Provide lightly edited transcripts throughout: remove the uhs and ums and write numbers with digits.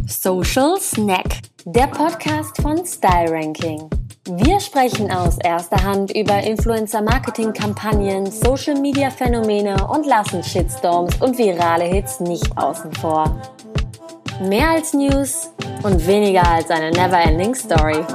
Social Snack, der Podcast von Style Ranking. Wir sprechen aus erster Hand über Influencer-Marketing-Kampagnen, Social-Media-Phänomene und lassen Shitstorms und virale Hits nicht außen vor. Mehr als News und weniger als eine never-ending Story.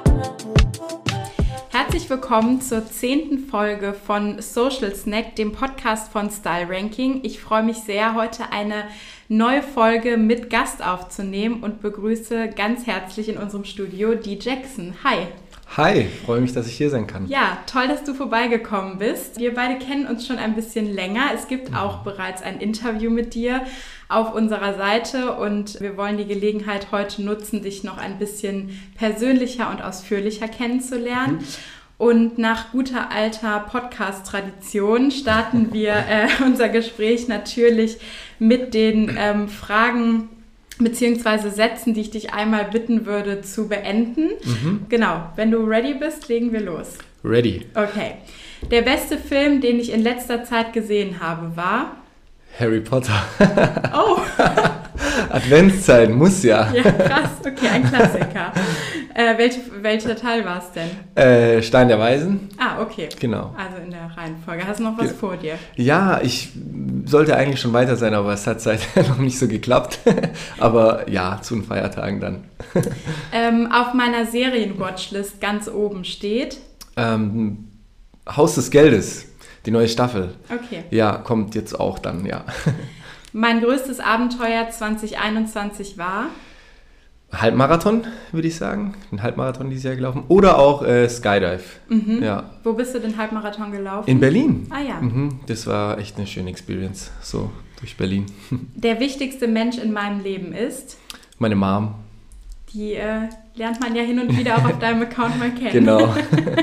Herzlich willkommen zur 10. Folge von Social Snack, dem Podcast von Style Ranking. Ich freue mich sehr, heute eine neue Folge mit Gast aufzunehmen und begrüße ganz herzlich in unserem Studio die Jackson. Hi! Hi, freue mich, dass ich hier sein kann. Ja, toll, dass du vorbeigekommen bist. Wir beide kennen uns schon ein bisschen länger. Es gibt auch bereits ein Interview mit dir auf unserer Seite und wir wollen die Gelegenheit heute nutzen, dich noch ein bisschen persönlicher und ausführlicher kennenzulernen. Und nach guter alter Podcast-Tradition starten wir unser Gespräch natürlich mit den Fragen beziehungsweise Sätzen, die ich dich einmal bitten würde zu beenden. Genau, wenn du ready bist, legen wir los. Ready. Okay. Der beste Film, den ich in letzter Zeit gesehen habe, war? Harry Potter. Oh! Adventszeit, muss ja. Ja, krass. Okay, ein Klassiker. Welcher Teil war es denn? Stein der Weisen. Ah, okay. Genau. Also in der Reihenfolge. Hast du noch was vor dir? Ja, ich sollte eigentlich schon weiter sein, aber es hat seither noch nicht so geklappt. Aber ja, zu den Feiertagen dann. Auf meiner Serien-Watchlist ganz oben steht? Haus des Geldes, die neue Staffel. Okay. Ja, kommt jetzt auch dann, ja. Mein größtes Abenteuer 2021 war? Halbmarathon, würde ich sagen. Ein Halbmarathon dieses Jahr gelaufen. Oder auch Skydive. Ja. Wo bist du den Halbmarathon gelaufen? In Berlin. Ah ja. Das war echt eine schöne Experience, so durch Berlin. Der wichtigste Mensch in meinem Leben ist? Meine Mom. Die lernt man ja hin und wieder auch auf deinem Account mal kennen. Genau.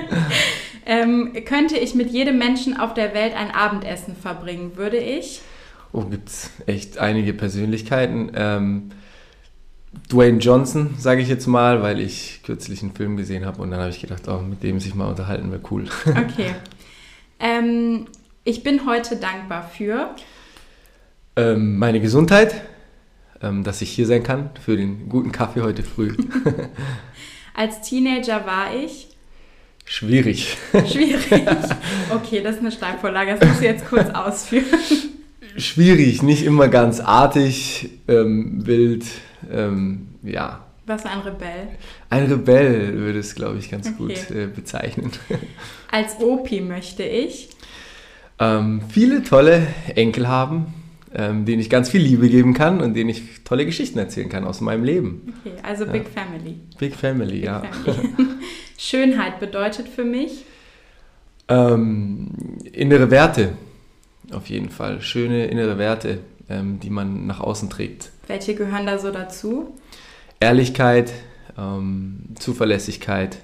Könnte ich mit jedem Menschen auf der Welt ein Abendessen verbringen, würde ich? Oh, gibt's echt einige Persönlichkeiten. Dwayne Johnson, sage ich jetzt mal, weil ich kürzlich einen Film gesehen habe und dann habe ich gedacht, oh, mit dem sich mal unterhalten wäre cool. Okay. Ich bin heute dankbar für? Meine Gesundheit, dass ich hier sein kann, für den guten Kaffee heute früh. Als Teenager war ich? Schwierig. Schwierig. Okay, das ist eine Steilvorlage, das musst du jetzt kurz ausführen. Schwierig, nicht immer ganz artig, wild, ja. Was für ein Rebell? Ein Rebell würde es, glaube ich, ganz gut bezeichnen. Als Opi möchte ich? Viele tolle Enkel haben, denen ich ganz viel Liebe geben kann und denen ich tolle Geschichten erzählen kann aus meinem Leben. Okay, also Big Family. Big Family, ja. Family. Schönheit bedeutet für mich? Innere Werte, auf jeden Fall. Schöne innere Werte, die man nach außen trägt. Welche gehören da so dazu? Ehrlichkeit, Zuverlässigkeit,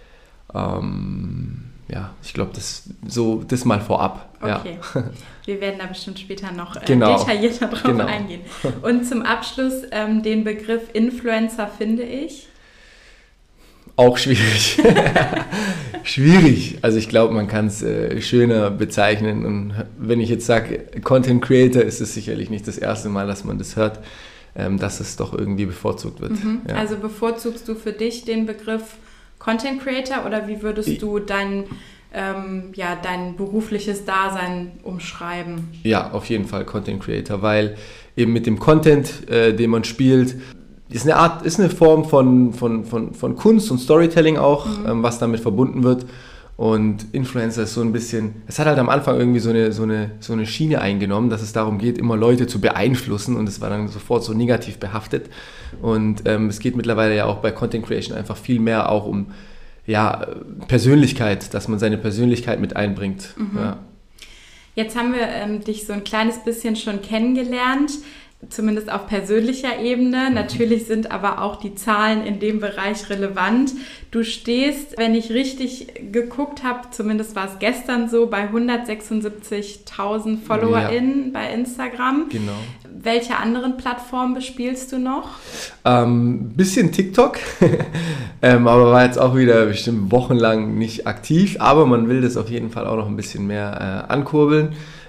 ja, ich glaube, das mal vorab. Okay, ja. Wir werden da bestimmt später noch genau. detaillierter drauf eingehen. Und zum Abschluss den Begriff Influencer finde ich? Auch schwierig. Schwierig. Also ich glaube, man kann es schöner bezeichnen. Und wenn ich jetzt sage Content Creator, ist es sicherlich nicht das erste Mal, dass man das hört, dass es doch irgendwie bevorzugt wird. Ja. Also bevorzugst du für dich den Begriff Content Creator oder wie würdest du dein berufliches Dasein umschreiben? Ja, auf jeden Fall Content Creator, weil eben mit dem Content, den man spielt, ist eine Form von Kunst und Storytelling auch, was damit verbunden wird. Und Influencer ist so ein bisschen, es hat halt am Anfang irgendwie so eine Schiene eingenommen, dass es darum geht, immer Leute zu beeinflussen und es war dann sofort so negativ behaftet. Und es geht mittlerweile ja auch bei Content Creation einfach viel mehr auch um Persönlichkeit, dass man seine Persönlichkeit mit einbringt. Ja. Jetzt haben wir dich so ein kleines bisschen schon kennengelernt, zumindest auf persönlicher Ebene. Natürlich sind aber auch die Zahlen in dem Bereich relevant. Du stehst, wenn ich richtig geguckt habe, zumindest war es gestern so, bei 176.000 FollowerInnen bei Instagram. Genau. Welche anderen Plattformen bespielst du noch? Bisschen TikTok, aber war jetzt auch wieder bestimmt wochenlang nicht aktiv. Aber man will das auf jeden Fall auch noch ein bisschen mehr ankurbeln.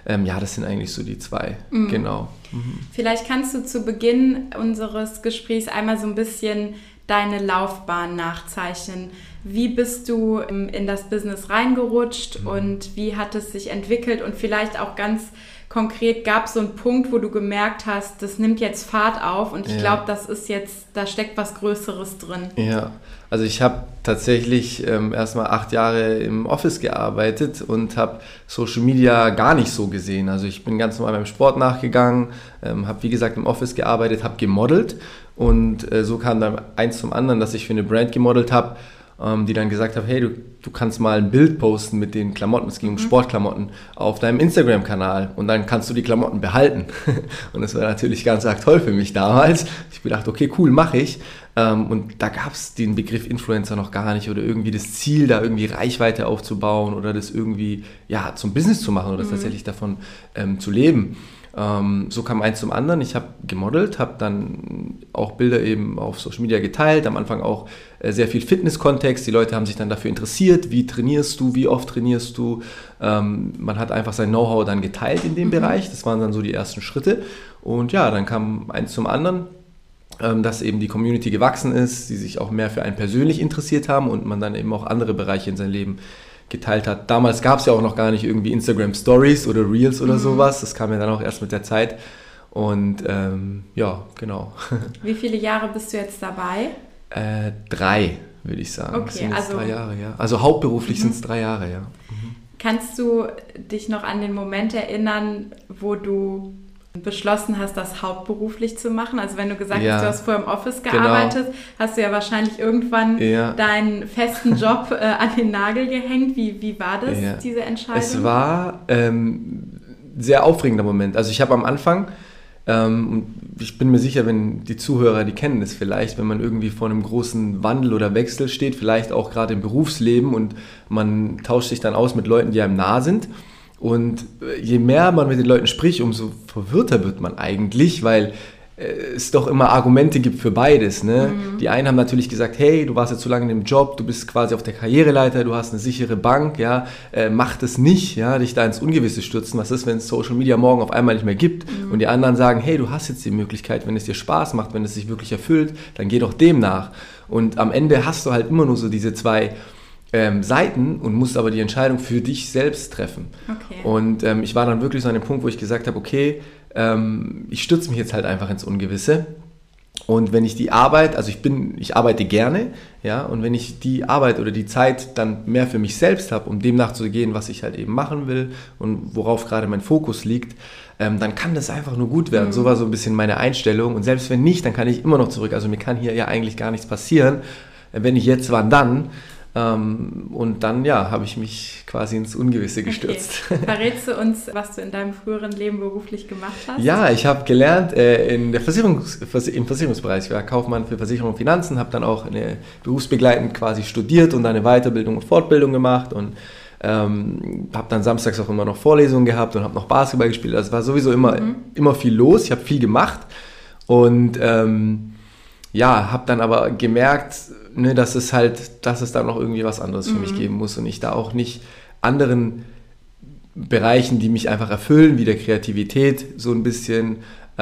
Das sind eigentlich so die zwei, genau. Vielleicht kannst du zu Beginn unseres Gesprächs einmal so ein bisschen deine Laufbahn nachzeichnen. Wie bist du in das Business reingerutscht und wie hat es sich entwickelt? Und vielleicht auch ganz konkret, gab es so einen Punkt, wo du gemerkt hast, das nimmt jetzt Fahrt auf und ich glaube, das ist jetzt, da steckt was Größeres drin. Ja, also ich habe tatsächlich erstmal 8 Jahre im Office gearbeitet und habe Social Media gar nicht so gesehen. Also ich bin ganz normal beim Sport nachgegangen, habe wie gesagt im Office gearbeitet, habe gemodelt und so kam dann eins zum anderen, dass ich für eine Brand gemodelt habe, die dann gesagt hat, hey, du kannst mal ein Bild posten mit den Klamotten, es ging um Sportklamotten, auf deinem Instagram-Kanal und dann kannst du die Klamotten behalten. Und das war natürlich ganz arg toll für mich damals. Ich gedacht, okay, cool, mache ich. Und da gab es den Begriff Influencer noch gar nicht oder irgendwie das Ziel, da irgendwie Reichweite aufzubauen oder das irgendwie zum Business zu machen oder tatsächlich davon zu leben. So kam eins zum anderen. Ich habe gemodelt, habe dann auch Bilder eben auf Social Media geteilt, am Anfang auch sehr viel Fitness-Kontext. Die Leute haben sich dann dafür interessiert, wie trainierst du, wie oft trainierst du. Man hat einfach sein Know-how dann geteilt in dem Bereich. Das waren dann so die ersten Schritte. Und ja, dann kam eins zum anderen, dass eben die Community gewachsen ist, die sich auch mehr für einen persönlich interessiert haben und man dann eben auch andere Bereiche in sein Leben geteilt hat. Damals gab es ja auch noch gar nicht irgendwie Instagram Stories oder Reels oder sowas. Das kam ja dann auch erst mit der Zeit. Und genau. Wie viele Jahre bist du jetzt dabei? 3, würde ich sagen. Okay, das sind jetzt 3 Jahre, ja. Also hauptberuflich sind es 3 Jahre, ja. Kannst du dich noch an den Moment erinnern, wo du beschlossen hast, das hauptberuflich zu machen? Also wenn du gesagt hast, du hast vorher im Office gearbeitet, hast du ja wahrscheinlich irgendwann deinen festen Job an den Nagel gehängt. Wie war das, diese Entscheidung? Es war ein sehr aufregender Moment. Also ich habe am Anfang, ich bin mir sicher, wenn die Zuhörer, die kennen das vielleicht, wenn man irgendwie vor einem großen Wandel oder Wechsel steht, vielleicht auch gerade im Berufsleben und man tauscht sich dann aus mit Leuten, die einem nah sind. Und je mehr man mit den Leuten spricht, umso verwirrter wird man eigentlich, weil es doch immer Argumente gibt für beides. Ne? Die einen haben natürlich gesagt, hey, du warst jetzt so lange in dem Job, du bist quasi auf der Karriereleiter, du hast eine sichere Bank, mach das nicht, dich da ins Ungewisse stürzen. Was ist, wenn es Social Media morgen auf einmal nicht mehr gibt? Und die anderen sagen, hey, du hast jetzt die Möglichkeit, wenn es dir Spaß macht, wenn es sich wirklich erfüllt, dann geh doch dem nach. Und am Ende hast du halt immer nur so diese 2 Seiten und musst aber die Entscheidung für dich selbst treffen. Okay. Und ich war dann wirklich so an dem Punkt, wo ich gesagt habe, okay, ich stürze mich jetzt halt einfach ins Ungewisse. Und wenn ich die Arbeit, also ich arbeite gerne, und wenn ich die Arbeit oder die Zeit dann mehr für mich selbst habe, um dem nachzugehen, was ich halt eben machen will und worauf gerade mein Fokus liegt, dann kann das einfach nur gut werden. So war so ein bisschen meine Einstellung. Und selbst wenn nicht, dann kann ich immer noch zurück. Also mir kann hier ja eigentlich gar nichts passieren. Wenn nicht jetzt, wann dann? Und dann, habe ich mich quasi ins Ungewisse gestürzt. Okay. Verrätst du uns, was du in deinem früheren Leben beruflich gemacht hast? Ja, ich habe gelernt im Versicherungsbereich. Ich war Kaufmann für Versicherung und Finanzen, habe dann auch berufsbegleitend quasi studiert und eine Weiterbildung und Fortbildung gemacht und habe dann samstags auch immer noch Vorlesungen gehabt und habe noch Basketball gespielt. Also es war sowieso immer viel los. Ich habe viel gemacht und habe dann aber gemerkt, dass es da noch irgendwie was anderes für mich geben muss und ich da auch nicht anderen Bereichen, die mich einfach erfüllen, wie der Kreativität, so ein bisschen,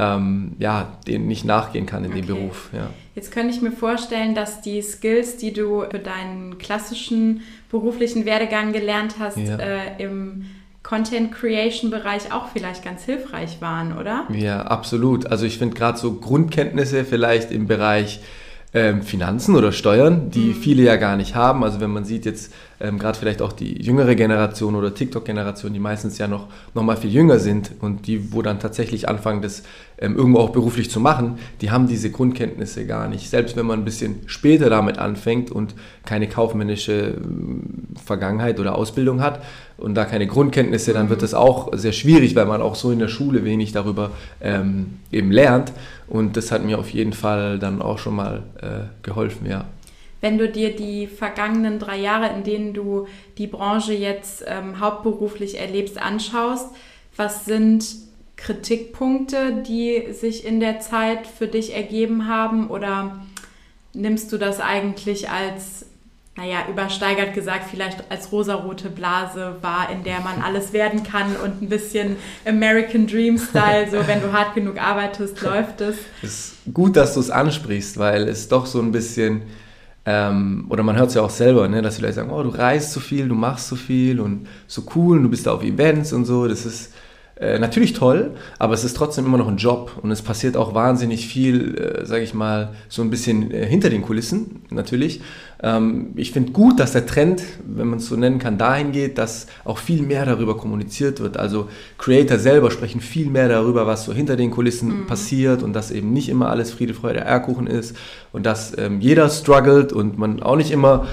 denen nicht nachgehen kann in dem Beruf. Ja. Jetzt könnte ich mir vorstellen, dass die Skills, die du für deinen klassischen beruflichen Werdegang gelernt hast, im Content-Creation-Bereich auch vielleicht ganz hilfreich waren, oder? Ja, absolut. Also ich finde gerade so Grundkenntnisse vielleicht im Bereich Finanzen oder Steuern, die viele ja gar nicht haben. Also wenn man sieht jetzt gerade vielleicht auch die jüngere Generation oder TikTok-Generation, die meistens ja noch mal viel jünger sind und die, wo dann tatsächlich anfangen, das irgendwo auch beruflich zu machen, die haben diese Grundkenntnisse gar nicht. Selbst wenn man ein bisschen später damit anfängt und keine kaufmännische Vergangenheit oder Ausbildung hat und da keine Grundkenntnisse, dann wird das auch sehr schwierig, weil man auch so in der Schule wenig darüber eben lernt. Und das hat mir auf jeden Fall dann auch schon mal geholfen, ja. Wenn du dir die vergangenen 3 Jahre, in denen du die Branche jetzt hauptberuflich erlebst, anschaust, was sind Kritikpunkte, die sich in der Zeit für dich ergeben haben? Oder nimmst du das eigentlich als übersteigert gesagt, vielleicht als rosarote Blase war, in der man alles werden kann und ein bisschen American Dream Style, so wenn du hart genug arbeitest, läuft es. Es ist gut, dass du es ansprichst, weil es doch so ein bisschen, oder man hört es ja auch selber, ne, dass die Leute sagen, oh, du reist so viel, du machst so viel und so cool und du bist da auf Events und so, das ist natürlich toll, aber es ist trotzdem immer noch ein Job und es passiert auch wahnsinnig viel, sage ich mal, so ein bisschen hinter den Kulissen natürlich. Ich finde gut, dass der Trend, wenn man es so nennen kann, dahin geht, dass auch viel mehr darüber kommuniziert wird. Also Creator selber sprechen viel mehr darüber, was so hinter den Kulissen passiert und dass eben nicht immer alles Friede, Freude, Eierkuchen ist und dass jeder struggelt und man auch nicht immer,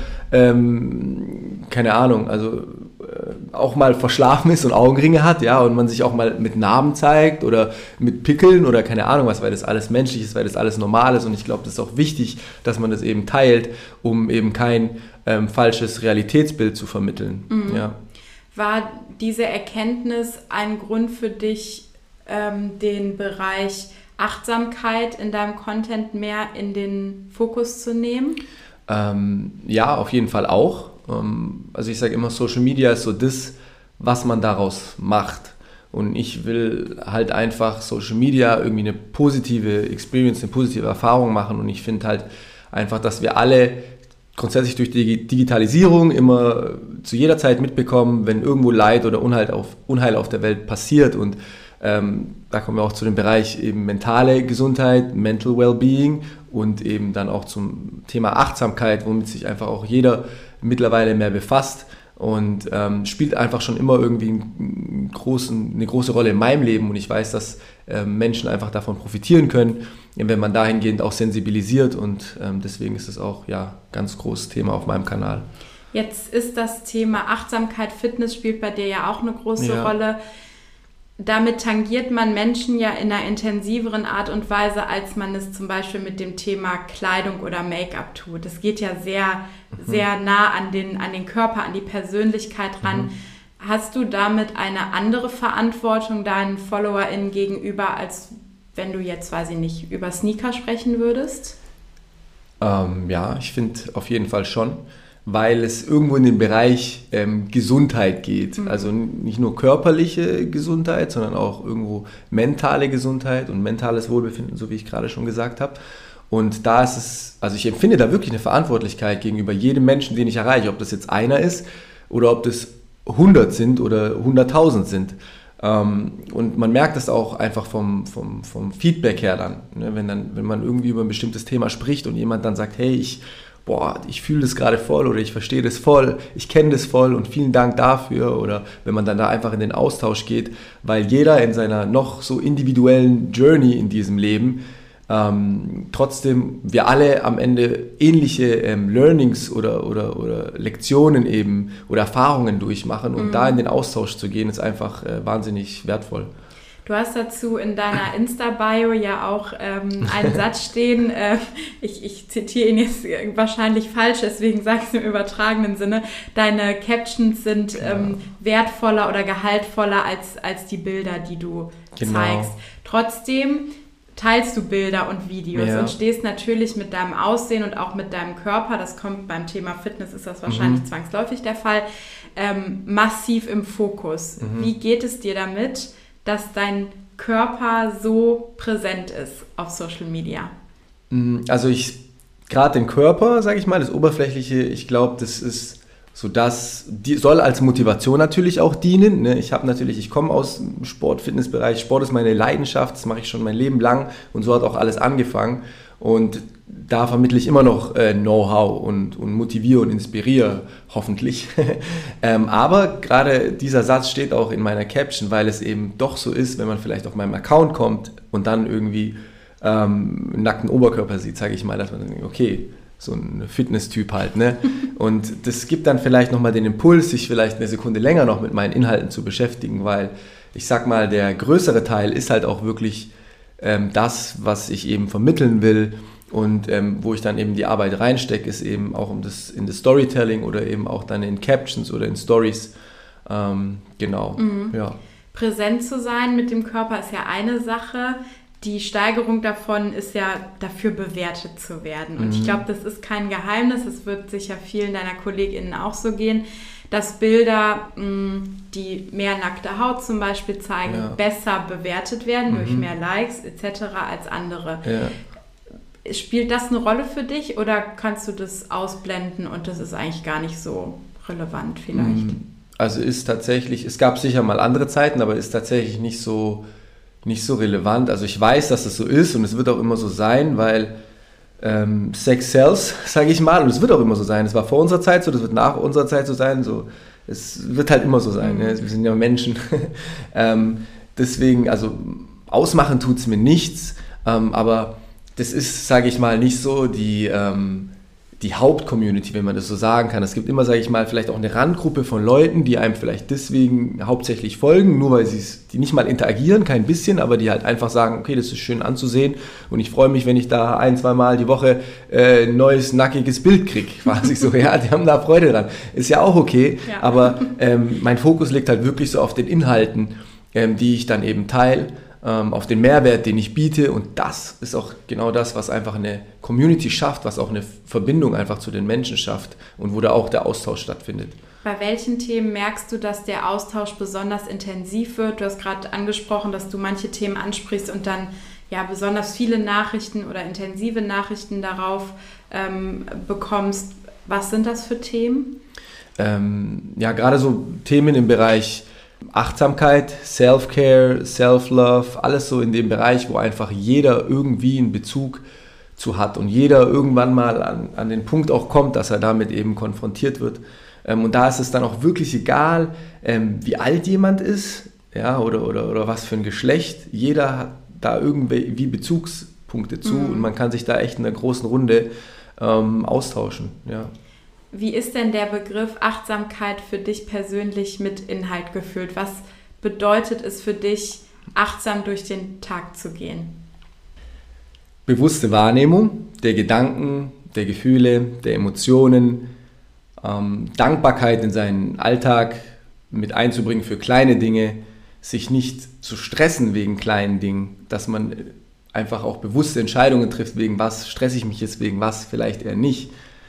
keine Ahnung, also auch mal verschlafen ist und Augenringe hat, ja, und man sich auch mal mit Narben zeigt oder mit Pickeln oder keine Ahnung was, weil das alles menschlich ist, weil das alles normal ist und ich glaube, das ist auch wichtig, dass man das eben teilt, um eben kein falsches Realitätsbild zu vermitteln. Mhm. Ja. War diese Erkenntnis ein Grund für dich, den Bereich Achtsamkeit in deinem Content mehr in den Fokus zu nehmen? Ja, auf jeden Fall auch. Also ich sage immer, Social Media ist so das, was man daraus macht. Und ich will halt einfach Social Media irgendwie eine positive Experience, eine positive Erfahrung machen. Und ich finde halt einfach, dass wir alle grundsätzlich durch die Digitalisierung immer zu jeder Zeit mitbekommen, wenn irgendwo Leid oder Unheil auf der Welt passiert. Und da kommen wir auch zu dem Bereich eben mentale Gesundheit, Mental Wellbeing und eben dann auch zum Thema Achtsamkeit, womit sich einfach auch jeder mittlerweile mehr befasst und spielt einfach schon immer irgendwie eine große Rolle in meinem Leben und ich weiß, dass Menschen einfach davon profitieren können, wenn man dahingehend auch sensibilisiert und deswegen ist es auch ja ganz großes Thema auf meinem Kanal. Jetzt ist das Thema Achtsamkeit, Fitness spielt bei dir ja auch eine große Rolle. Damit tangiert man Menschen ja in einer intensiveren Art und Weise, als man es zum Beispiel mit dem Thema Kleidung oder Make-up tut. Das geht ja sehr nah an den Körper, an die Persönlichkeit ran. Hast du damit eine andere Verantwortung deinen FollowerInnen gegenüber, als wenn du jetzt, weiß ich nicht, über Sneaker sprechen würdest? Ja, ich finde auf jeden Fall schon, weil es irgendwo in den Bereich Gesundheit geht. Also nicht nur körperliche Gesundheit, sondern auch irgendwo mentale Gesundheit und mentales Wohlbefinden, so wie ich gerade schon gesagt habe. Und da ist es, also ich empfinde da wirklich eine Verantwortlichkeit gegenüber jedem Menschen, den ich erreiche, ob das jetzt einer ist oder ob das 100 sind oder 100.000 sind. Und man merkt das auch einfach vom Feedback her dann, ne? Wenn man irgendwie über ein bestimmtes Thema spricht und jemand dann sagt, hey, ich fühle das gerade voll oder ich verstehe das voll, ich kenne das voll und vielen Dank dafür oder wenn man dann da einfach in den Austausch geht, weil jeder in seiner noch so individuellen Journey in diesem Leben trotzdem wir alle am Ende ähnliche Learnings oder Lektionen eben oder Erfahrungen durchmachen und da in den Austausch zu gehen, ist einfach wahnsinnig wertvoll. Du hast dazu in deiner Insta-Bio ja auch einen Satz stehen, ich zitiere ihn jetzt wahrscheinlich falsch, deswegen sage ich es im übertragenen Sinne, deine Captions sind wertvoller oder gehaltvoller als die Bilder, die du zeigst. Trotzdem teilst du Bilder und Videos und stehst natürlich mit deinem Aussehen und auch mit deinem Körper, das kommt beim Thema Fitness, ist das wahrscheinlich zwangsläufig der Fall, massiv im Fokus. Wie geht es dir damit, dass dein Körper so präsent ist auf Social Media? Also gerade den Körper, sage ich mal, das Oberflächliche, ich glaube, das ist so die soll als Motivation natürlich auch dienen. Ne? Ich komme aus dem Sport-Fitness-Bereich, Sport ist meine Leidenschaft, das mache ich schon mein Leben lang und so hat auch alles angefangen und da vermittle ich immer noch Know-how und motiviere und inspiriere, hoffentlich. Aber gerade dieser Satz steht auch in meiner Caption, weil es eben doch so ist, wenn man vielleicht auf meinem Account kommt und dann irgendwie einen nackten Oberkörper sieht, sage ich mal, dass man dann denkt, okay, so ein Fitness-Typ halt, ne? Und das gibt dann vielleicht nochmal den Impuls, sich vielleicht eine Sekunde länger noch mit meinen Inhalten zu beschäftigen, weil ich sag mal, der größere Teil ist halt auch wirklich das, was ich eben vermitteln will und wo ich dann eben die Arbeit reinstecke, ist eben auch in das Storytelling oder eben auch dann in Captions oder in Stories, genau, ja. Präsent zu sein mit dem Körper ist ja eine Sache. die Steigerung davon ist ja dafür bewertet zu werden. Und ich glaube, das ist kein Geheimnis, es wird sicher vielen deiner KollegInnen auch so gehen, dass Bilder, die mehr nackte Haut zum Beispiel zeigen, besser bewertet werden durch mehr Likes etc. als andere. Ja. Spielt das eine Rolle für dich oder kannst du das ausblenden und das ist eigentlich gar nicht so relevant vielleicht? Also ist tatsächlich, es gab sicher mal andere Zeiten, aber ist tatsächlich nicht so relevant. Also ich weiß, dass es so ist und es wird auch immer so sein, weil Sex sells, sage ich mal, und es wird auch immer so sein. Es war vor unserer Zeit so, das wird nach unserer Zeit so sein. So, es wird halt immer so sein. Ne? Wir sind ja Menschen. Deswegen, also ausmachen tut es mir nichts, aber das ist, sage ich mal, nicht so die Hauptcommunity, wenn man das so sagen kann. Es gibt immer, sage ich mal, vielleicht auch eine Randgruppe von Leuten, die einem vielleicht deswegen hauptsächlich folgen, nur weil die nicht mal interagieren, kein bisschen, aber die halt einfach sagen, okay, das ist schön anzusehen und ich freue mich, wenn ich da 1-2 Mal die Woche ein neues, nackiges Bild kriege, quasi so. Ja, die haben da Freude dran. Ist ja auch okay, aber mein Fokus liegt halt wirklich so auf den Inhalten, die ich dann eben teile, auf den Mehrwert, den ich biete und das ist auch genau das, was einfach eine Community schafft, was auch eine Verbindung einfach zu den Menschen schafft und wo da auch der Austausch stattfindet. Bei welchen Themen merkst du, dass der Austausch besonders intensiv wird? Du hast gerade angesprochen, dass du manche Themen ansprichst und dann besonders viele Nachrichten oder intensive Nachrichten darauf bekommst. Was sind das für Themen? Gerade so Themen im Bereich Achtsamkeit, Self-Care, Self-Love, alles so in dem Bereich, wo einfach jeder irgendwie einen Bezug zu hat und jeder irgendwann mal an den Punkt auch kommt, dass er damit eben konfrontiert wird. Und da ist es dann auch wirklich egal, wie alt jemand ist, ja, oder was für ein Geschlecht. Jeder hat da irgendwie Bezugspunkte zu und man kann sich da echt in einer großen Runde austauschen, ja. Wie ist denn der Begriff Achtsamkeit für dich persönlich mit Inhalt gefüllt? Was bedeutet es für dich, achtsam durch den Tag zu gehen? Bewusste Wahrnehmung der Gedanken, der Gefühle, der Emotionen, Dankbarkeit in seinen Alltag mit einzubringen für kleine Dinge, sich nicht zu stressen wegen kleinen Dingen, dass man einfach auch bewusste Entscheidungen trifft, wegen was stresse ich mich jetzt, wegen was vielleicht eher nicht.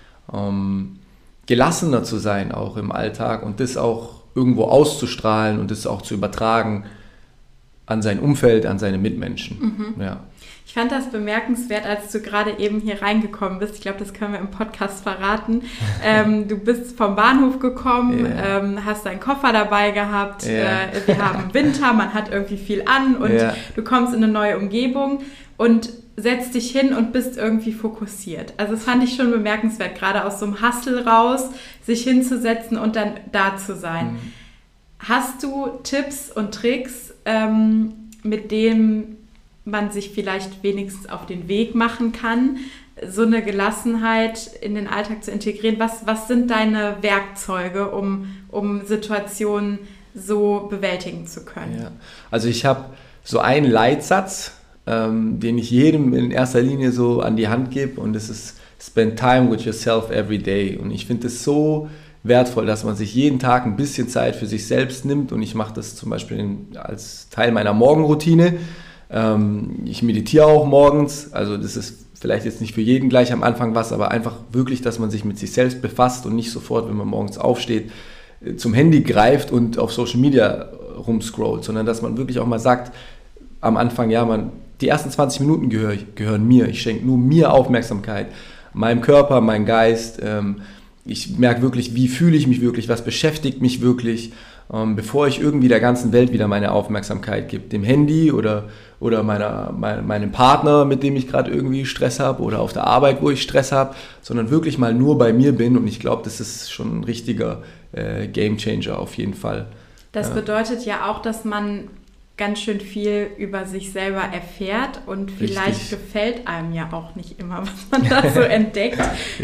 Gelassener zu sein auch im Alltag und das auch irgendwo auszustrahlen und das auch zu übertragen an sein Umfeld, an seine Mitmenschen. Ja. Ich fand das bemerkenswert, als du gerade eben hier reingekommen bist. Ich glaube, das können wir im Podcast verraten. Du bist vom Bahnhof gekommen, hast deinen Koffer dabei gehabt. Wir haben Winter, man hat irgendwie viel an und du kommst in eine neue Umgebung und setzt dich hin und bist irgendwie fokussiert. Also das fand ich schon bemerkenswert, gerade aus so einem Hustle raus, sich hinzusetzen und dann da zu sein. Hast du Tipps und Tricks, mit denen man sich vielleicht wenigstens auf den Weg machen kann, so eine Gelassenheit in den Alltag zu integrieren? Was sind deine Werkzeuge, um Situationen so bewältigen zu können? Ja. Also ich habe so einen Leitsatz, den ich jedem in erster Linie so an die Hand gebe und das ist Spend time with yourself every day und ich finde es so wertvoll, dass man sich jeden Tag ein bisschen Zeit für sich selbst nimmt und ich mache das zum Beispiel als Teil meiner Morgenroutine. Ich meditiere auch morgens, also das ist vielleicht jetzt nicht für jeden gleich am Anfang was, aber einfach wirklich, dass man sich mit sich selbst befasst und nicht sofort, wenn man morgens aufsteht, zum Handy greift und auf Social Media rumscrollt, sondern dass man wirklich auch mal sagt, am Anfang, die ersten 20 Minuten gehören mir, ich schenke nur mir Aufmerksamkeit, meinem Körper, meinem Geist, ich merke wirklich, wie fühle ich mich wirklich, was beschäftigt mich wirklich, bevor ich irgendwie der ganzen Welt wieder meine Aufmerksamkeit gebe, dem Handy oder meinem Partner, mit dem ich gerade irgendwie Stress habe oder auf der Arbeit, wo ich Stress habe, sondern wirklich mal nur bei mir bin und ich glaube, das ist schon ein richtiger Gamechanger auf jeden Fall. Das bedeutet ja auch, dass man ganz schön viel über sich selber erfährt und vielleicht gefällt einem ja auch nicht immer, was man da so entdeckt.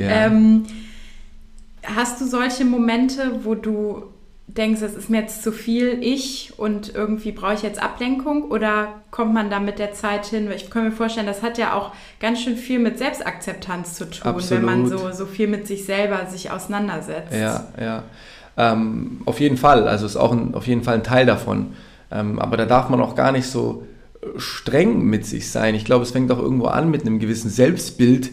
Hast du solche Momente, wo du denkst, es ist mir jetzt zu viel und irgendwie brauche ich jetzt Ablenkung oder kommt man da mit der Zeit hin? Ich kann mir vorstellen, das hat ja auch ganz schön viel mit Selbstakzeptanz zu tun, wenn man so viel mit sich selber sich auseinandersetzt. Ja. Auf jeden Fall, also ist auch auf jeden Fall ein Teil davon. Aber da darf man auch gar nicht so streng mit sich sein. Ich glaube, es fängt auch irgendwo an mit einem gewissen Selbstbild,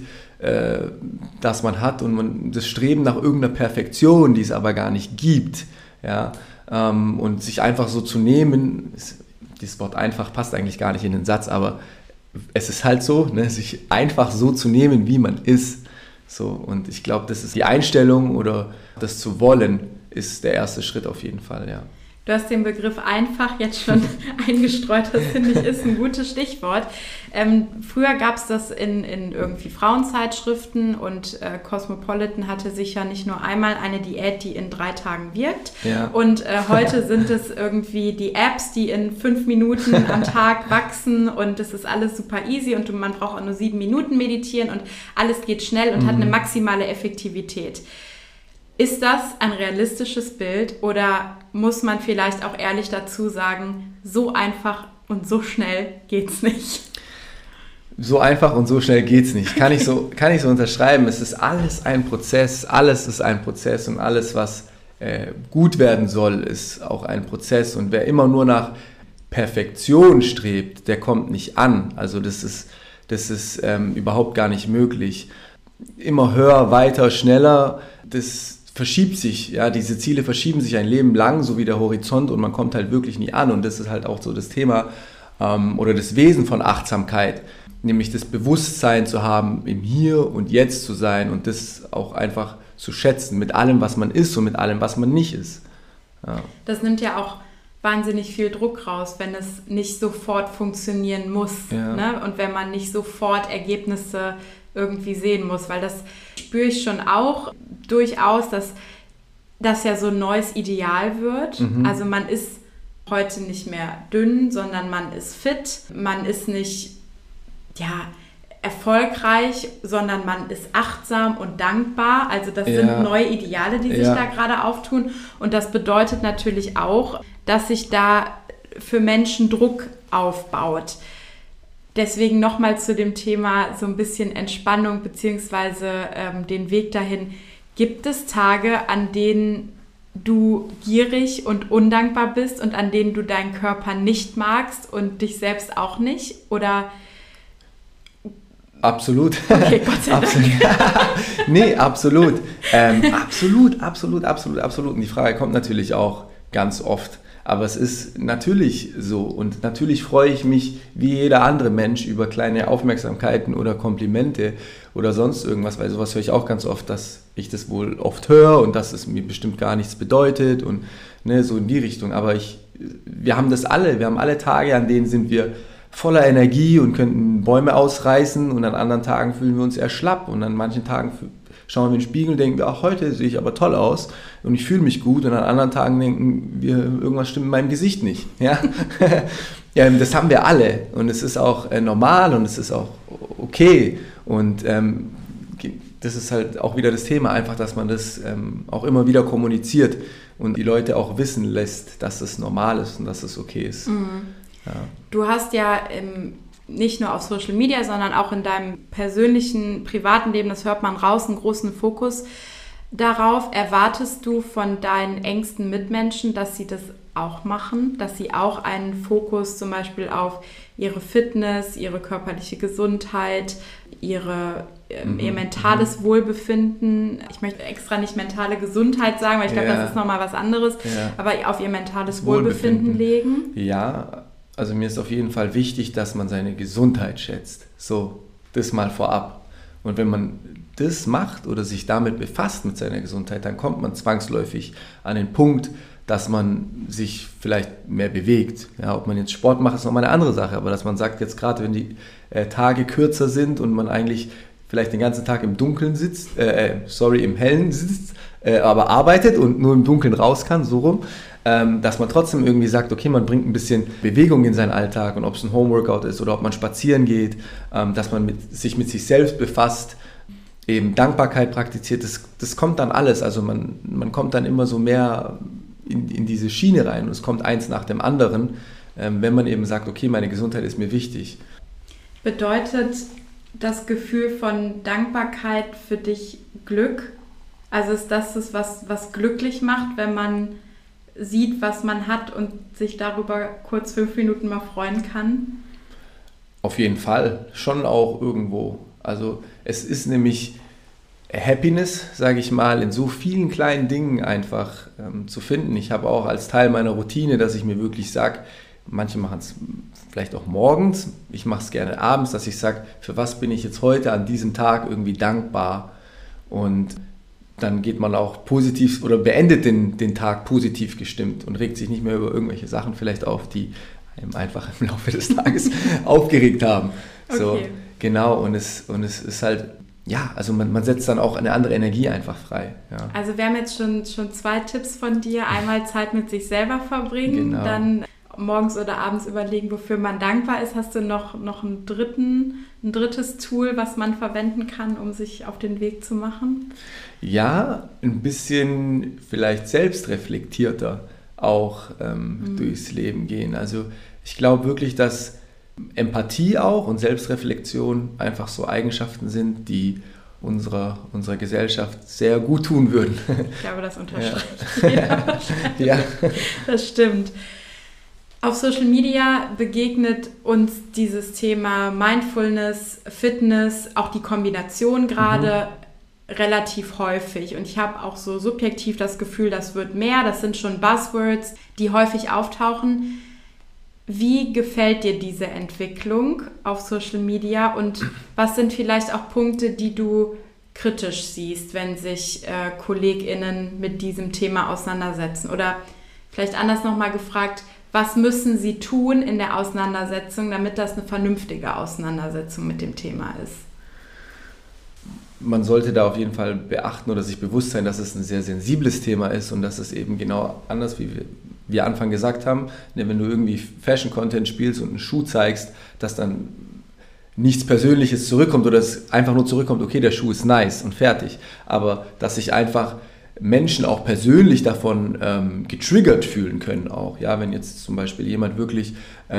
das man hat und das Streben nach irgendeiner Perfektion, die es aber gar nicht gibt. Ja? Und sich einfach so zu nehmen, dieses Wort einfach passt eigentlich gar nicht in den Satz, aber es ist halt so, ne, sich einfach so zu nehmen, wie man ist. So, und ich glaube, das ist die Einstellung oder das zu wollen, ist der erste Schritt auf jeden Fall, ja. Du hast den Begriff einfach jetzt schon eingestreut, das finde ich ist ein gutes Stichwort. Früher gab es das in irgendwie Frauenzeitschriften und Cosmopolitan hatte sicher nicht nur einmal eine Diät, die in 3 Tagen wirkt. Ja. Und heute sind es irgendwie die Apps, die in 5 Minuten am Tag wachsen und das ist alles super easy und man braucht auch nur 7 Minuten meditieren und alles geht schnell und hat eine maximale Effektivität. Ist das ein realistisches Bild oder muss man vielleicht auch ehrlich dazu sagen, so einfach und so schnell geht's nicht? So einfach und so schnell geht's nicht. Kann ich so unterschreiben. Es ist alles ein Prozess. Alles ist ein Prozess und alles, was gut werden soll, ist auch ein Prozess. Und wer immer nur nach Perfektion strebt, der kommt nicht an. Also das ist überhaupt gar nicht möglich. Immer höher, weiter, schneller, das verschiebt sich, ja, diese Ziele verschieben sich ein Leben lang, so wie der Horizont und man kommt halt wirklich nie an und das ist halt auch so das Thema oder das Wesen von Achtsamkeit, nämlich das Bewusstsein zu haben, im Hier und Jetzt zu sein und das auch einfach zu schätzen mit allem, was man ist und mit allem, was man nicht ist. Ja. Das nimmt ja auch wahnsinnig viel Druck raus, wenn es nicht sofort funktionieren muss, ja. Ne? Und wenn man nicht sofort Ergebnisse irgendwie sehen muss, weil das spüre ich schon auch durchaus, dass das ja so ein neues Ideal wird. Also man ist heute nicht mehr dünn, sondern man ist fit, man ist nicht erfolgreich, sondern man ist achtsam und dankbar. Also das sind neue Ideale, die sich da gerade auftun und das bedeutet natürlich auch, dass sich da für Menschen Druck aufbaut. Deswegen nochmal zu dem Thema so ein bisschen Entspannung beziehungsweise den Weg dahin. Gibt es Tage, an denen du gierig und undankbar bist und an denen du deinen Körper nicht magst und dich selbst auch nicht? Oder? Absolut. Okay, Gott sei Dank. Nee, absolut. Absolut. Und die Frage kommt natürlich auch ganz oft. Aber es ist natürlich so und natürlich freue ich mich wie jeder andere Mensch über kleine Aufmerksamkeiten oder Komplimente oder sonst irgendwas, weil sowas höre ich auch ganz oft, dass ich das wohl oft höre und dass es mir bestimmt gar nichts bedeutet und ne, so in die Richtung. Aber wir haben das alle, wir haben alle Tage, an denen sind wir voller Energie und könnten Bäume ausreißen und an anderen Tagen fühlen wir uns eher schlapp und an manchen Tagen schauen wir in den Spiegel und denken, ach, heute sehe ich aber toll aus und ich fühle mich gut und an anderen Tagen denken wir, irgendwas stimmt in meinem Gesicht nicht. Ja? Das haben wir alle und es ist auch normal und es ist auch okay und das ist halt auch wieder das Thema, einfach, dass man das auch immer wieder kommuniziert und die Leute auch wissen lässt, dass es normal ist und dass es okay ist. Mhm. Ja. Du hast ja nicht nur auf Social Media, sondern auch in deinem persönlichen, privaten Leben, das hört man raus, einen großen Fokus darauf. Erwartest du von deinen engsten Mitmenschen, dass sie das auch machen, dass sie auch einen Fokus zum Beispiel auf ihre Fitness, ihre körperliche Gesundheit, ihr mentales Wohlbefinden, ich möchte extra nicht mentale Gesundheit sagen, weil ich glaube, das ist nochmal was anderes, aber auf ihr mentales Wohlbefinden legen? Ja, also mir ist auf jeden Fall wichtig, dass man seine Gesundheit schätzt. So, das mal vorab. Und wenn man das macht oder sich damit befasst mit seiner Gesundheit, dann kommt man zwangsläufig an den Punkt, dass man sich vielleicht mehr bewegt. Ja, ob man jetzt Sport macht, ist nochmal eine andere Sache. Aber dass man sagt, jetzt gerade wenn die Tage kürzer sind und man eigentlich vielleicht den ganzen Tag im Dunkeln sitzt, im Hellen sitzt, aber arbeitet und nur im Dunkeln raus kann, so rum, dass man trotzdem irgendwie sagt, okay, man bringt ein bisschen Bewegung in seinen Alltag und ob es ein Homeworkout ist oder ob man spazieren geht, dass man sich mit sich selbst befasst, eben Dankbarkeit praktiziert, das kommt dann alles. Also man kommt dann immer so mehr in diese Schiene rein und es kommt eins nach dem anderen, wenn man eben sagt, okay, meine Gesundheit ist mir wichtig. Bedeutet das Gefühl von Dankbarkeit für dich Glück? Also ist das was glücklich macht, wenn man sieht, was man hat und sich darüber kurz 5 Minuten mal freuen kann? Auf jeden Fall, schon auch irgendwo. Also es ist nämlich Happiness, sage ich mal, in so vielen kleinen Dingen einfach zu finden. Ich habe auch als Teil meiner Routine, dass ich mir wirklich sage, manche machen es vielleicht auch morgens, ich mache es gerne abends, dass ich sage, für was bin ich jetzt heute an diesem Tag irgendwie dankbar, und dann geht man auch positiv oder beendet den Tag positiv gestimmt und regt sich nicht mehr über irgendwelche Sachen vielleicht auf, die einem einfach im Laufe des Tages aufgeregt haben. Okay. So, genau, und es ist halt, ja, also man setzt dann auch eine andere Energie einfach frei. Ja. Also wir haben jetzt schon 2 Tipps von dir. Einmal Zeit mit sich selber verbringen, Genau. Dann morgens oder abends überlegen, wofür man dankbar ist. Hast du noch ein drittes Tool, was man verwenden kann, um sich auf den Weg zu machen? Ja, ein bisschen vielleicht selbstreflektierter auch durchs Leben gehen. Also ich glaube wirklich, dass Empathie auch und Selbstreflexion einfach so Eigenschaften sind, die unserer Gesellschaft sehr gut tun würden. Ich glaube, das unterstreicht jeder. Ja. Das stimmt. Auf Social Media begegnet uns dieses Thema Mindfulness, Fitness, auch die Kombination gerade relativ häufig. Und ich habe auch so subjektiv das Gefühl, das wird mehr. Das sind schon Buzzwords, die häufig auftauchen. Wie gefällt dir diese Entwicklung auf Social Media und was sind vielleicht auch Punkte, die du kritisch siehst, wenn sich KollegInnen mit diesem Thema auseinandersetzen? Oder vielleicht anders nochmal gefragt, was müssen sie tun in der Auseinandersetzung, damit das eine vernünftige Auseinandersetzung mit dem Thema ist? Man sollte da auf jeden Fall beachten oder sich bewusst sein, dass es ein sehr sensibles Thema ist und dass es eben genau anders, wie wir Anfang gesagt haben, wenn du irgendwie Fashion-Content spielst und einen Schuh zeigst, dass dann nichts Persönliches zurückkommt oder es einfach nur zurückkommt, okay, der Schuh ist nice und fertig, aber dass sich einfach Menschen auch persönlich davon getriggert fühlen können auch, ja, wenn jetzt zum Beispiel jemand wirklich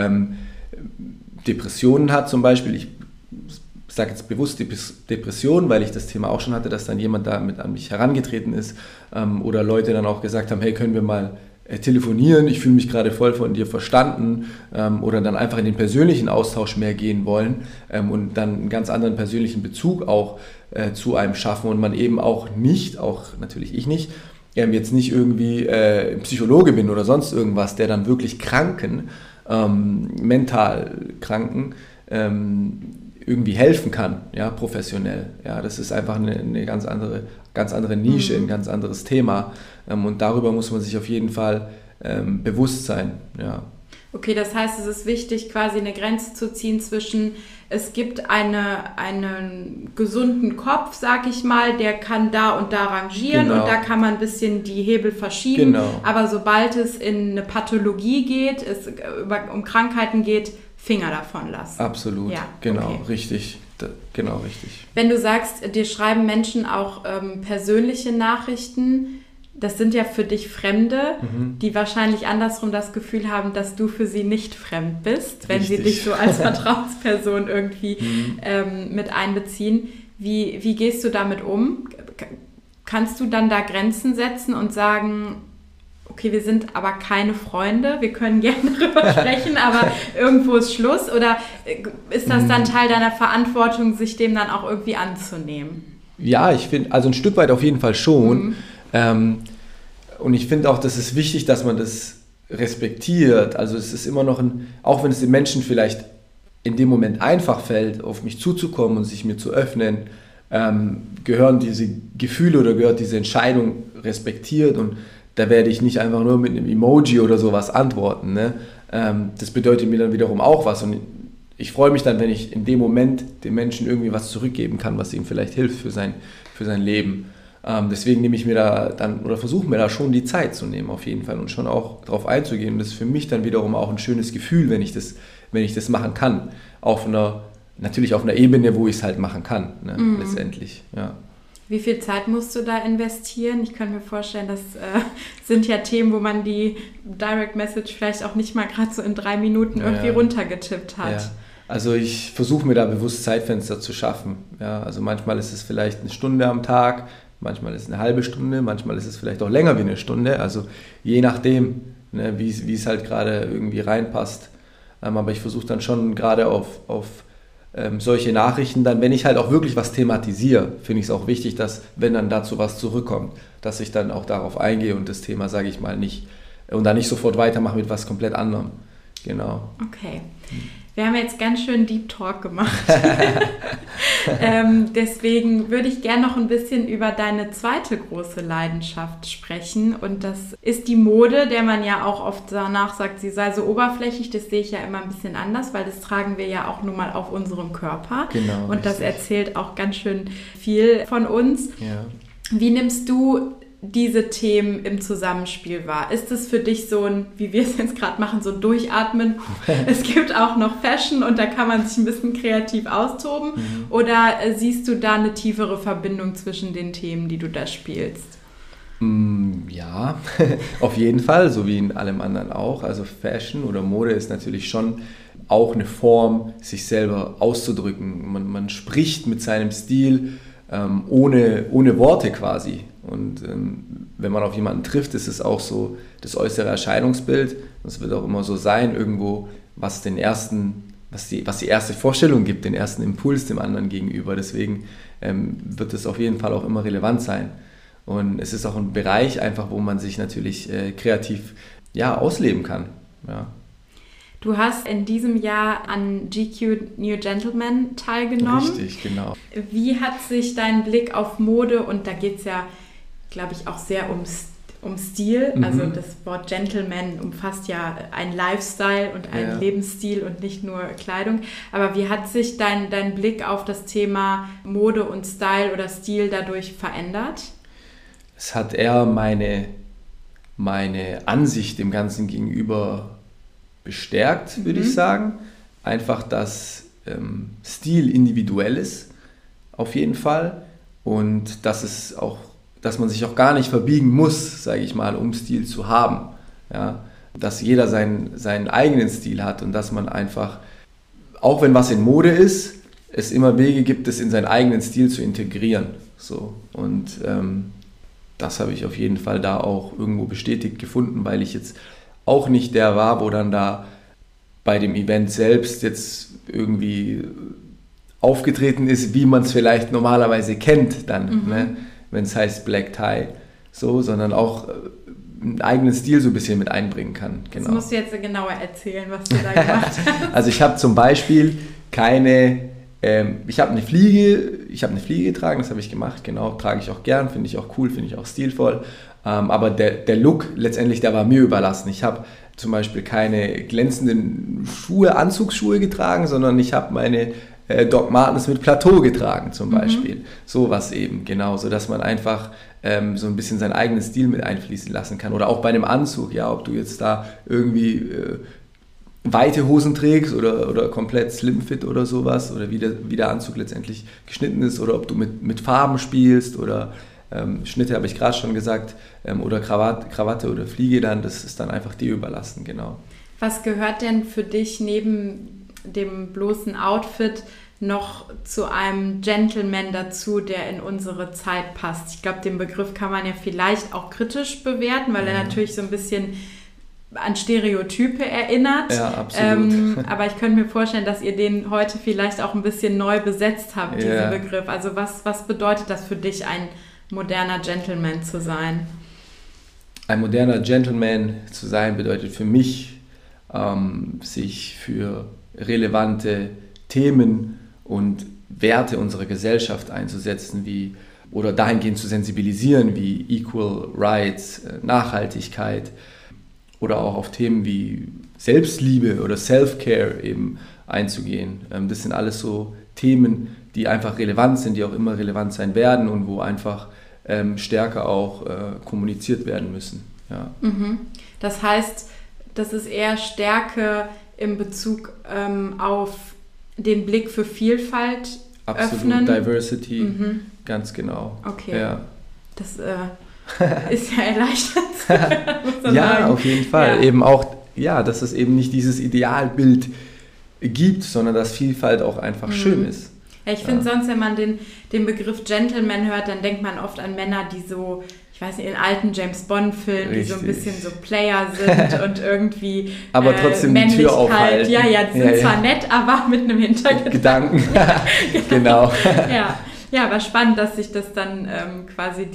Depressionen hat zum Beispiel, ich sage jetzt bewusst Depressionen, weil ich das Thema auch schon hatte, dass dann jemand damit an mich herangetreten ist oder Leute dann auch gesagt haben, hey, können wir mal telefonieren, ich fühle mich gerade voll von dir verstanden oder dann einfach in den persönlichen Austausch mehr gehen wollen und dann einen ganz anderen persönlichen Bezug auch zu einem schaffen und man eben auch nicht, auch natürlich ich nicht, jetzt nicht irgendwie Psychologe bin oder sonst irgendwas, der dann wirklich Kranken, mental Kranken irgendwie helfen kann, ja, professionell. Ja, das ist einfach eine ganz andere Nische, ein ganz anderes Thema und darüber muss man sich auf jeden Fall bewusst sein. Ja. Okay, das heißt, es ist wichtig, quasi eine Grenze zu ziehen zwischen, es gibt einen gesunden Kopf, sag ich mal, der kann da und da rangieren und da kann man ein bisschen die Hebel verschieben, aber sobald es in eine Pathologie geht, es um Krankheiten geht, Finger davon lassen. Absolut, ja, genau, okay. Richtig. Genau, richtig. Wenn du sagst, dir schreiben Menschen auch persönliche Nachrichten, das sind ja für dich Fremde, die wahrscheinlich andersrum das Gefühl haben, dass du für sie nicht fremd bist, wenn sie dich so als Vertrauensperson irgendwie mit einbeziehen. Wie gehst du damit um? Kannst du dann da Grenzen setzen und sagen, okay, wir sind aber keine Freunde, wir können gerne darüber sprechen, aber irgendwo ist Schluss? Oder ist das dann Teil deiner Verantwortung, sich dem dann auch irgendwie anzunehmen? Ja, ich finde, also ein Stück weit auf jeden Fall schon. Und ich finde auch, das ist wichtig, dass man das respektiert. Also es ist immer noch auch wenn es den Menschen vielleicht in dem Moment einfach fällt, auf mich zuzukommen und sich mir zu öffnen, gehören diese Gefühle oder gehört diese Entscheidung respektiert und da werde ich nicht einfach nur mit einem Emoji oder sowas antworten. Ne? Das bedeutet mir dann wiederum auch was und ich freue mich dann, wenn ich in dem Moment dem Menschen irgendwie was zurückgeben kann, was ihm vielleicht hilft für sein Leben. Deswegen nehme ich mir da dann oder versuche mir da schon die Zeit zu nehmen auf jeden Fall und schon auch darauf einzugehen. Und das ist für mich dann wiederum auch ein schönes Gefühl, wenn ich das machen kann. Natürlich auf einer Ebene, wo ich es halt machen kann, ne? Letztendlich. Ja. Wie viel Zeit musst du da investieren? Ich kann mir vorstellen, das sind ja Themen, wo man die Direct Message vielleicht auch nicht mal gerade so in 3 Minuten irgendwie runtergetippt hat. Ja. Also ich versuche mir da bewusst Zeitfenster zu schaffen. Ja, also manchmal ist es vielleicht 1 Stunde am Tag, manchmal ist es eine halbe Stunde, manchmal ist es vielleicht auch länger wie 1 Stunde. Also je nachdem, ne, wie es halt gerade irgendwie reinpasst. Aber ich versuche dann schon gerade auf solche Nachrichten dann, wenn ich halt auch wirklich was thematisiere, finde ich es auch wichtig, dass, wenn dann dazu was zurückkommt, dass ich dann auch darauf eingehe und das Thema, sage ich mal, nicht, und dann nicht sofort weitermache mit was komplett anderem. Genau. Okay. Wir haben jetzt ganz schön Deep Talk gemacht. Deswegen würde ich gerne noch ein bisschen über deine zweite große Leidenschaft sprechen. Und das ist die Mode, der man ja auch oft danach sagt, sie sei so oberflächlich. Das sehe ich ja immer ein bisschen anders, weil das tragen wir ja auch nun mal auf unserem Körper. Genau. Und das erzählt auch ganz schön viel von uns. Ja. Wie nimmst du diese Themen im Zusammenspiel wahr? Ist es für dich so ein, wie wir es jetzt gerade machen, so ein Durchatmen? Es gibt auch noch Fashion und da kann man sich ein bisschen kreativ austoben. Oder siehst du da eine tiefere Verbindung zwischen den Themen, die du da spielst? Ja, auf jeden Fall, so wie in allem anderen auch. Also Fashion oder Mode ist natürlich schon auch eine Form, sich selber auszudrücken. Man spricht mit seinem Stil ohne Worte quasi. Und wenn man auf jemanden trifft, ist es auch so das äußere Erscheinungsbild. Das wird auch immer so sein, irgendwo, was die erste Vorstellung gibt, den ersten Impuls dem anderen gegenüber. Deswegen wird es auf jeden Fall auch immer relevant sein. Und es ist auch ein Bereich einfach, wo man sich natürlich kreativ ausleben kann. Ja. Du hast in diesem Jahr an GQ New Gentleman teilgenommen. Richtig, genau. Wie hat sich dein Blick auf Mode, und da geht es ja, glaube ich, auch sehr um Stil, also das Wort Gentleman umfasst ja einen Lifestyle und einen Lebensstil und nicht nur Kleidung, aber wie hat sich dein Blick auf das Thema Mode und Style oder Stil dadurch verändert? Es hat eher meine Ansicht dem Ganzen gegenüber bestärkt, würde ich sagen. Einfach, dass Stil individuell ist, auf jeden Fall. Und dass man sich auch gar nicht verbiegen muss, sage ich mal, um Stil zu haben. Ja? Dass jeder seinen eigenen Stil hat und dass man einfach, auch wenn was in Mode ist, es immer Wege gibt, es in seinen eigenen Stil zu integrieren. So. Und das habe ich auf jeden Fall da auch irgendwo bestätigt gefunden, weil ich jetzt auch nicht der war, wo dann da bei dem Event selbst jetzt irgendwie aufgetreten ist, wie man es vielleicht normalerweise kennt dann, ne? Wenn es heißt Black Tie, so, sondern auch einen eigenen Stil so ein bisschen mit einbringen kann. Genau. Das musst du jetzt genauer erzählen, was du da gemacht hast. Also ich habe zum Beispiel ich habe eine Fliege getragen, das habe ich gemacht, genau, trage ich auch gern, finde ich auch cool, finde ich auch stilvoll. Aber der Look letztendlich, der war mir überlassen. Ich habe zum Beispiel keine glänzenden Anzugsschuhe getragen, sondern ich habe meine Doc Martens mit Plateau getragen zum Beispiel. Sowas eben, genau, sodass man einfach so ein bisschen seinen eigenen Stil mit einfließen lassen kann. Oder auch bei einem Anzug, ja, ob du jetzt da irgendwie weite Hosen trägst oder komplett Slimfit oder sowas, oder wie der Anzug letztendlich geschnitten ist, oder ob du mit Farben spielst oder Schnitte, habe ich gerade schon gesagt, oder Krawatte oder Fliege dann, das ist dann einfach dir überlassen, genau. Was gehört denn für dich neben dem bloßen Outfit noch zu einem Gentleman dazu, der in unsere Zeit passt? Ich glaube, den Begriff kann man ja vielleicht auch kritisch bewerten, weil er natürlich so ein bisschen an Stereotype erinnert. Ja, absolut. Aber ich könnte mir vorstellen, dass ihr den heute vielleicht auch ein bisschen neu besetzt habt, diesen Begriff. Also was bedeutet das für dich, ein moderner Gentleman zu sein? Ein moderner Gentleman zu sein bedeutet für mich, sich für relevante Themen und Werte unserer Gesellschaft einzusetzen, oder dahingehend zu sensibilisieren, wie Equal Rights, Nachhaltigkeit, oder auch auf Themen wie Selbstliebe oder Self-Care eben einzugehen. Das sind alles so Themen, die einfach relevant sind, die auch immer relevant sein werden und wo einfach stärker auch kommuniziert werden müssen. Ja. Das heißt, das ist eher Stärke im Bezug auf den Blick für Vielfalt öffnen. Absolut, Diversity, ganz genau. Okay, ja. Das ist ja erleichternd. Ja, sagen. Auf jeden Fall. Ja. Eben auch, dass es eben nicht dieses Idealbild gibt, sondern dass Vielfalt auch einfach schön ist. Ja, ich finde sonst, wenn man den Begriff Gentleman hört, dann denkt man oft an Männer, die so, ich weiß nicht, in alten James-Bond-Filmen, die so ein bisschen so Player sind und irgendwie aber trotzdem die Tür aufhalten. Ja, die sind zwar nett, aber mit einem Gedanken. Genau. Ja, aber spannend, dass sich das dann quasi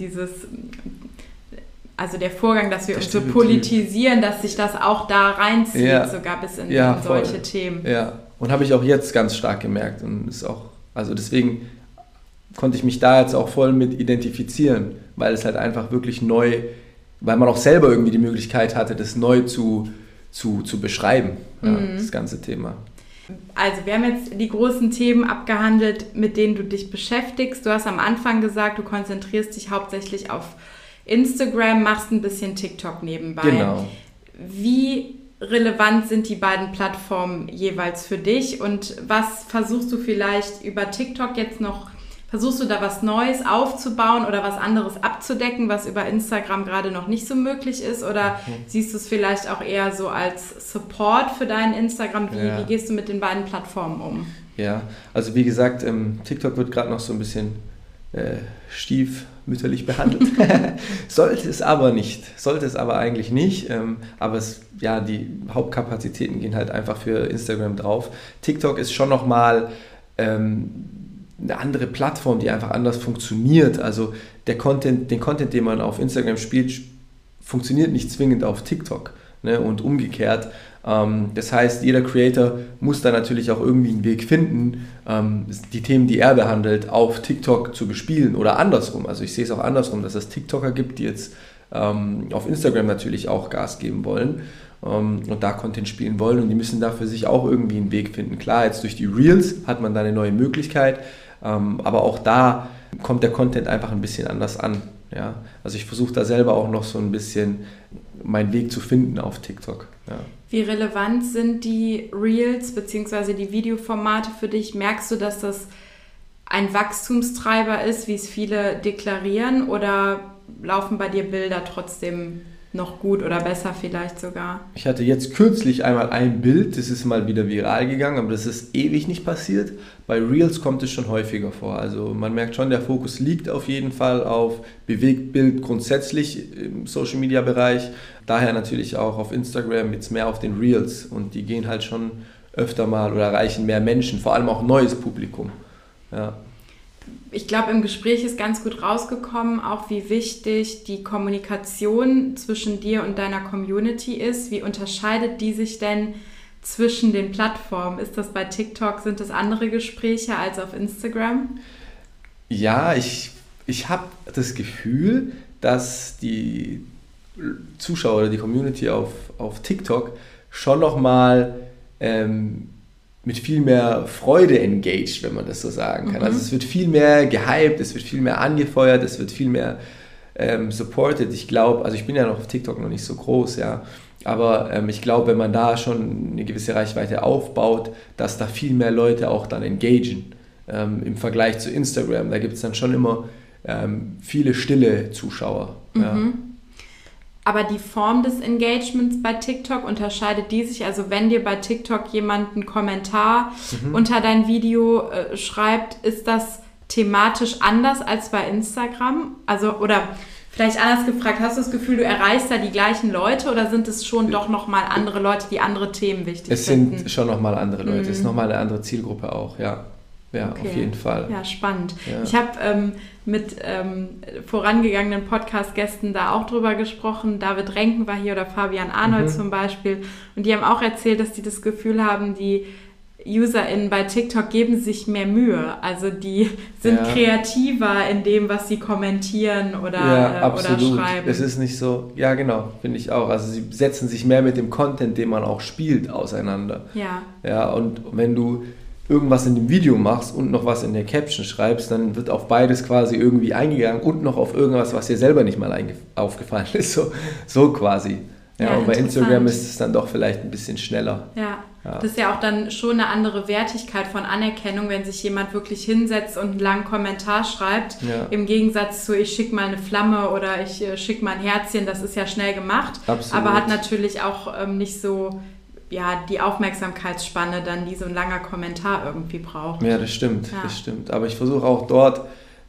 also der Vorgang, dass wir uns so politisieren, dass sich das auch da reinzieht, sogar bis in solche Themen. Ja, und habe ich auch jetzt ganz stark gemerkt und ist auch, also deswegen konnte ich mich da jetzt auch voll mit identifizieren, weil es halt einfach wirklich neu, weil man auch selber irgendwie die Möglichkeit hatte, das neu zu beschreiben, das ganze Thema. Also wir haben jetzt die großen Themen abgehandelt, mit denen du dich beschäftigst. Du hast am Anfang gesagt, du konzentrierst dich hauptsächlich auf Instagram, machst ein bisschen TikTok nebenbei. Genau. Wie relevant sind die beiden Plattformen jeweils für dich und was versuchst du vielleicht über TikTok jetzt noch, versuchst du da was Neues aufzubauen oder was anderes abzudecken, was über Instagram gerade noch nicht so möglich ist oder siehst du es vielleicht auch eher so als Support für deinen Instagram? Wie gehst du mit den beiden Plattformen um? Ja, also wie gesagt, TikTok wird gerade noch so ein bisschen stiefmütterlich behandelt. Sollte es aber eigentlich nicht. Aber die Hauptkapazitäten gehen halt einfach für Instagram drauf. TikTok ist schon nochmal eine andere Plattform, die einfach anders funktioniert. Also den Content, den man auf Instagram spielt, funktioniert nicht zwingend auf TikTok, ne? Und umgekehrt. Das heißt, jeder Creator muss da natürlich auch irgendwie einen Weg finden, die Themen, die er behandelt, auf TikTok zu bespielen oder andersrum. Also ich sehe es auch andersrum, dass es TikToker gibt, die jetzt auf Instagram natürlich auch Gas geben wollen und da Content spielen wollen und die müssen da für sich auch irgendwie einen Weg finden. Klar, jetzt durch die Reels hat man da eine neue Möglichkeit, aber auch da kommt der Content einfach ein bisschen anders an. Ja? Also ich versuche da selber auch noch so ein bisschen meinen Weg zu finden auf TikTok. Ja. Wie relevant sind die Reels bzw. die Videoformate für dich? Merkst du, dass das ein Wachstumstreiber ist, wie es viele deklarieren, oder laufen bei dir Bilder trotzdem noch gut oder besser vielleicht sogar? Ich hatte jetzt kürzlich einmal ein Bild, das ist mal wieder viral gegangen, aber das ist ewig nicht passiert. Bei Reels kommt es schon häufiger vor. Also man merkt schon, der Fokus liegt auf jeden Fall auf Bewegtbild grundsätzlich im Social-Media-Bereich. Daher natürlich auch auf Instagram jetzt mehr auf den Reels und die gehen halt schon öfter mal oder erreichen mehr Menschen, vor allem auch neues Publikum. Ja. Ich glaube, im Gespräch ist ganz gut rausgekommen, auch wie wichtig die Kommunikation zwischen dir und deiner Community ist. Wie unterscheidet die sich denn zwischen den Plattformen? Ist das bei TikTok, sind das andere Gespräche als auf Instagram? Ja, ich habe das Gefühl, dass die Zuschauer oder die Community auf TikTok schon nochmal mit viel mehr Freude engaged, wenn man das so sagen kann. Also es wird viel mehr gehypt, es wird viel mehr angefeuert, es wird viel mehr supported. Ich glaube, also ich bin ja noch auf TikTok noch nicht so groß, ja, aber ich glaube, wenn man da schon eine gewisse Reichweite aufbaut, dass da viel mehr Leute auch dann engagen im Vergleich zu Instagram. Da gibt es dann schon immer viele stille Zuschauer. Ja. Aber die Form des Engagements bei TikTok, unterscheidet die sich? Also wenn dir bei TikTok jemand einen Kommentar unter dein Video schreibt, ist das thematisch anders als bei Instagram? Also, oder vielleicht anders gefragt, hast du das Gefühl, du erreichst da die gleichen Leute oder sind es schon doch nochmal andere Leute, die andere Themen wichtig finden? Es sind schon nochmal andere Leute, es ist nochmal eine andere Zielgruppe auch, ja. Ja, okay. Auf jeden Fall. Ja, spannend. Ja. Ich habe mit vorangegangenen Podcast-Gästen da auch drüber gesprochen. David Renken war hier oder Fabian Arnold zum Beispiel. Und die haben auch erzählt, dass die das Gefühl haben, die UserInnen bei TikTok geben sich mehr Mühe. Also die sind kreativer in dem, was sie kommentieren oder schreiben. Es ist nicht so, ja genau, finde ich auch. Also sie setzen sich mehr mit dem Content, den man auch spielt, auseinander. Ja. Ja, und wenn du irgendwas in dem Video machst und noch was in der Caption schreibst, dann wird auf beides quasi irgendwie eingegangen und noch auf irgendwas, was dir selber nicht mal aufgefallen ist, so quasi. Ja, und bei Instagram ist es dann doch vielleicht ein bisschen schneller. Ja, das ist ja auch dann schon eine andere Wertigkeit von Anerkennung, wenn sich jemand wirklich hinsetzt und einen langen Kommentar schreibt, im Gegensatz zu ich schicke mal eine Flamme oder ich schicke mal ein Herzchen, das ist ja schnell gemacht, Absolut. Aber hat natürlich auch nicht so die Aufmerksamkeitsspanne dann, die so ein langer Kommentar irgendwie braucht. Ja, das stimmt. Aber ich versuche auch dort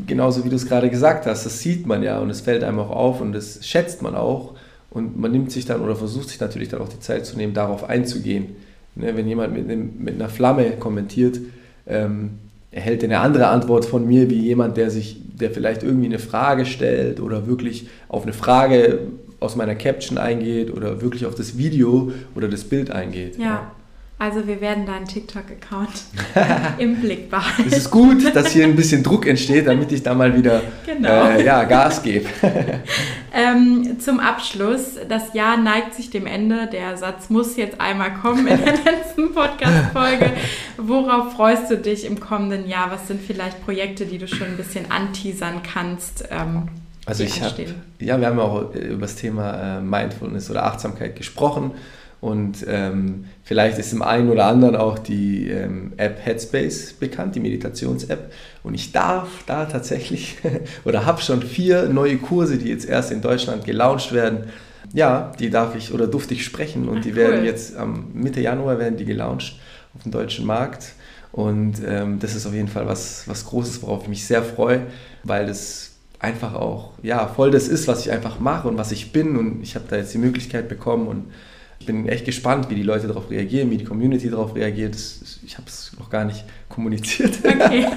genauso wie du es gerade gesagt hast, das sieht man ja und es fällt einem auch auf und das schätzt man auch. Und man nimmt sich dann oder versucht sich natürlich dann auch die Zeit zu nehmen, darauf einzugehen. Ne, wenn jemand mit einer Flamme kommentiert, erhält er eine andere Antwort von mir, wie jemand, der vielleicht irgendwie eine Frage stellt oder wirklich auf eine Frage aus meiner Caption eingeht oder wirklich auf das Video oder das Bild eingeht. Ja. Also wir werden deinen TikTok-Account im Blick behalten. Es ist gut, dass hier ein bisschen Druck entsteht, damit ich da mal wieder Gas gebe. Zum Abschluss, das Jahr neigt sich dem Ende, der Satz muss jetzt einmal kommen in der letzten Podcast-Folge. Worauf freust du dich im kommenden Jahr? Was sind vielleicht Projekte, die du schon ein bisschen anteasern kannst? Also wir haben auch über das Thema Mindfulness oder Achtsamkeit gesprochen. Und vielleicht ist dem einen oder anderen auch die App Headspace bekannt, die Meditations-App. Und ich darf da tatsächlich oder habe schon 4 neue Kurse, die jetzt erst in Deutschland gelauncht werden. Ja, durfte ich sprechen und die werden jetzt Mitte Januar werden die gelauncht auf dem deutschen Markt. Und das ist auf jeden Fall was Großes, worauf ich mich sehr freue, weil das einfach auch voll das ist, was ich einfach mache und was ich bin. Und ich habe da jetzt die Möglichkeit bekommen und ich bin echt gespannt, wie die Leute darauf reagieren, wie die Community darauf reagiert. Ich habe es noch gar nicht kommuniziert. Okay.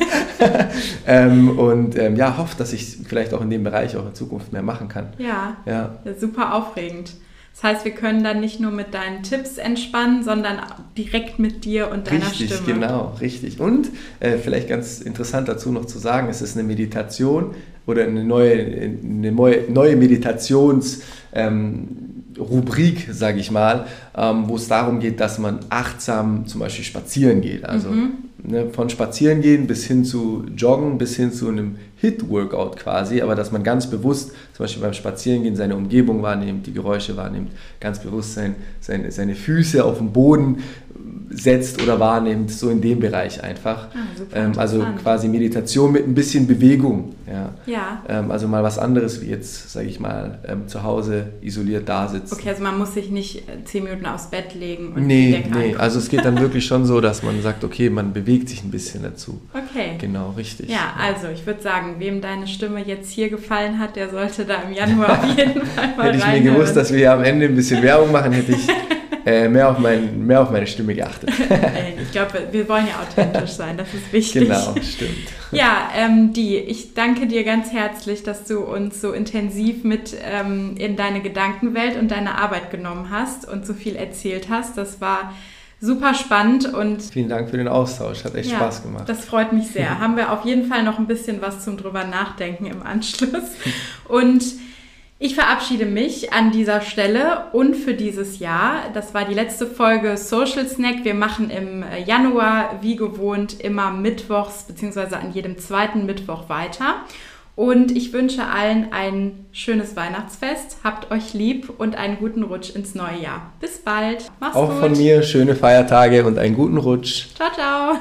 Hoffe, dass ich vielleicht auch in dem Bereich auch in Zukunft mehr machen kann. Ja. Super aufregend. Das heißt, wir können dann nicht nur mit deinen Tipps entspannen, sondern direkt mit dir und deiner Stimme. Richtig, genau, richtig. Und vielleicht ganz interessant dazu noch zu sagen, es ist eine Meditation oder eine neue Meditations- Rubrik, sage ich mal, wo es darum geht, dass man achtsam zum Beispiel spazieren geht. Also von spazieren gehen bis hin zu Joggen, bis hin zu einem HIIT-Workout quasi, aber dass man ganz bewusst, zum Beispiel beim Spazierengehen, seine Umgebung wahrnimmt, die Geräusche wahrnimmt, ganz bewusst seine Füße auf den Boden setzt oder wahrnimmt, so in dem Bereich einfach. Also quasi Meditation mit ein bisschen Bewegung. Ja. Also mal was anderes, wie jetzt, sage ich mal, zu Hause isoliert da sitzen. Okay, also man muss sich nicht 10 Minuten aufs Bett legen und Nee, also es geht dann wirklich schon so, dass man sagt, okay, man bewegt sich ein bisschen dazu. Okay. Genau, richtig. Ja, also ich würde sagen, wem deine Stimme jetzt hier gefallen hat, der sollte da im Januar auf jeden Fall mal reinhören. Hätte ich mir gewusst, dass wir hier am Ende ein bisschen Werbung machen, hätte ich mehr auf meine Stimme geachtet. Ich glaube, wir wollen ja authentisch sein, das ist wichtig. Genau, stimmt. Ja, ich danke dir ganz herzlich, dass du uns so intensiv mit in deine Gedankenwelt und deine Arbeit genommen hast und so viel erzählt hast. Das war super spannend und vielen Dank für den Austausch, hat echt Spaß gemacht. Das freut mich sehr. Haben wir auf jeden Fall noch ein bisschen was zum drüber nachdenken im Anschluss. Und ich verabschiede mich an dieser Stelle und für dieses Jahr. Das war die letzte Folge Social Snack. Wir machen im Januar wie gewohnt immer mittwochs bzw. an jedem 2. Mittwoch weiter. Und ich wünsche allen ein schönes Weihnachtsfest. Habt euch lieb und einen guten Rutsch ins neue Jahr. Bis bald. Mach's gut. Auch von mir schöne Feiertage und einen guten Rutsch. Ciao, ciao.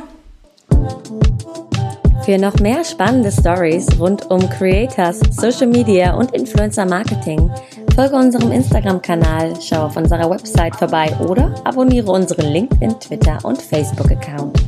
Für noch mehr spannende Stories rund um Creators, Social Media und Influencer Marketing folge unserem Instagram-Kanal, schau auf unserer Website vorbei oder abonniere unseren LinkedIn, Twitter und Facebook-Account.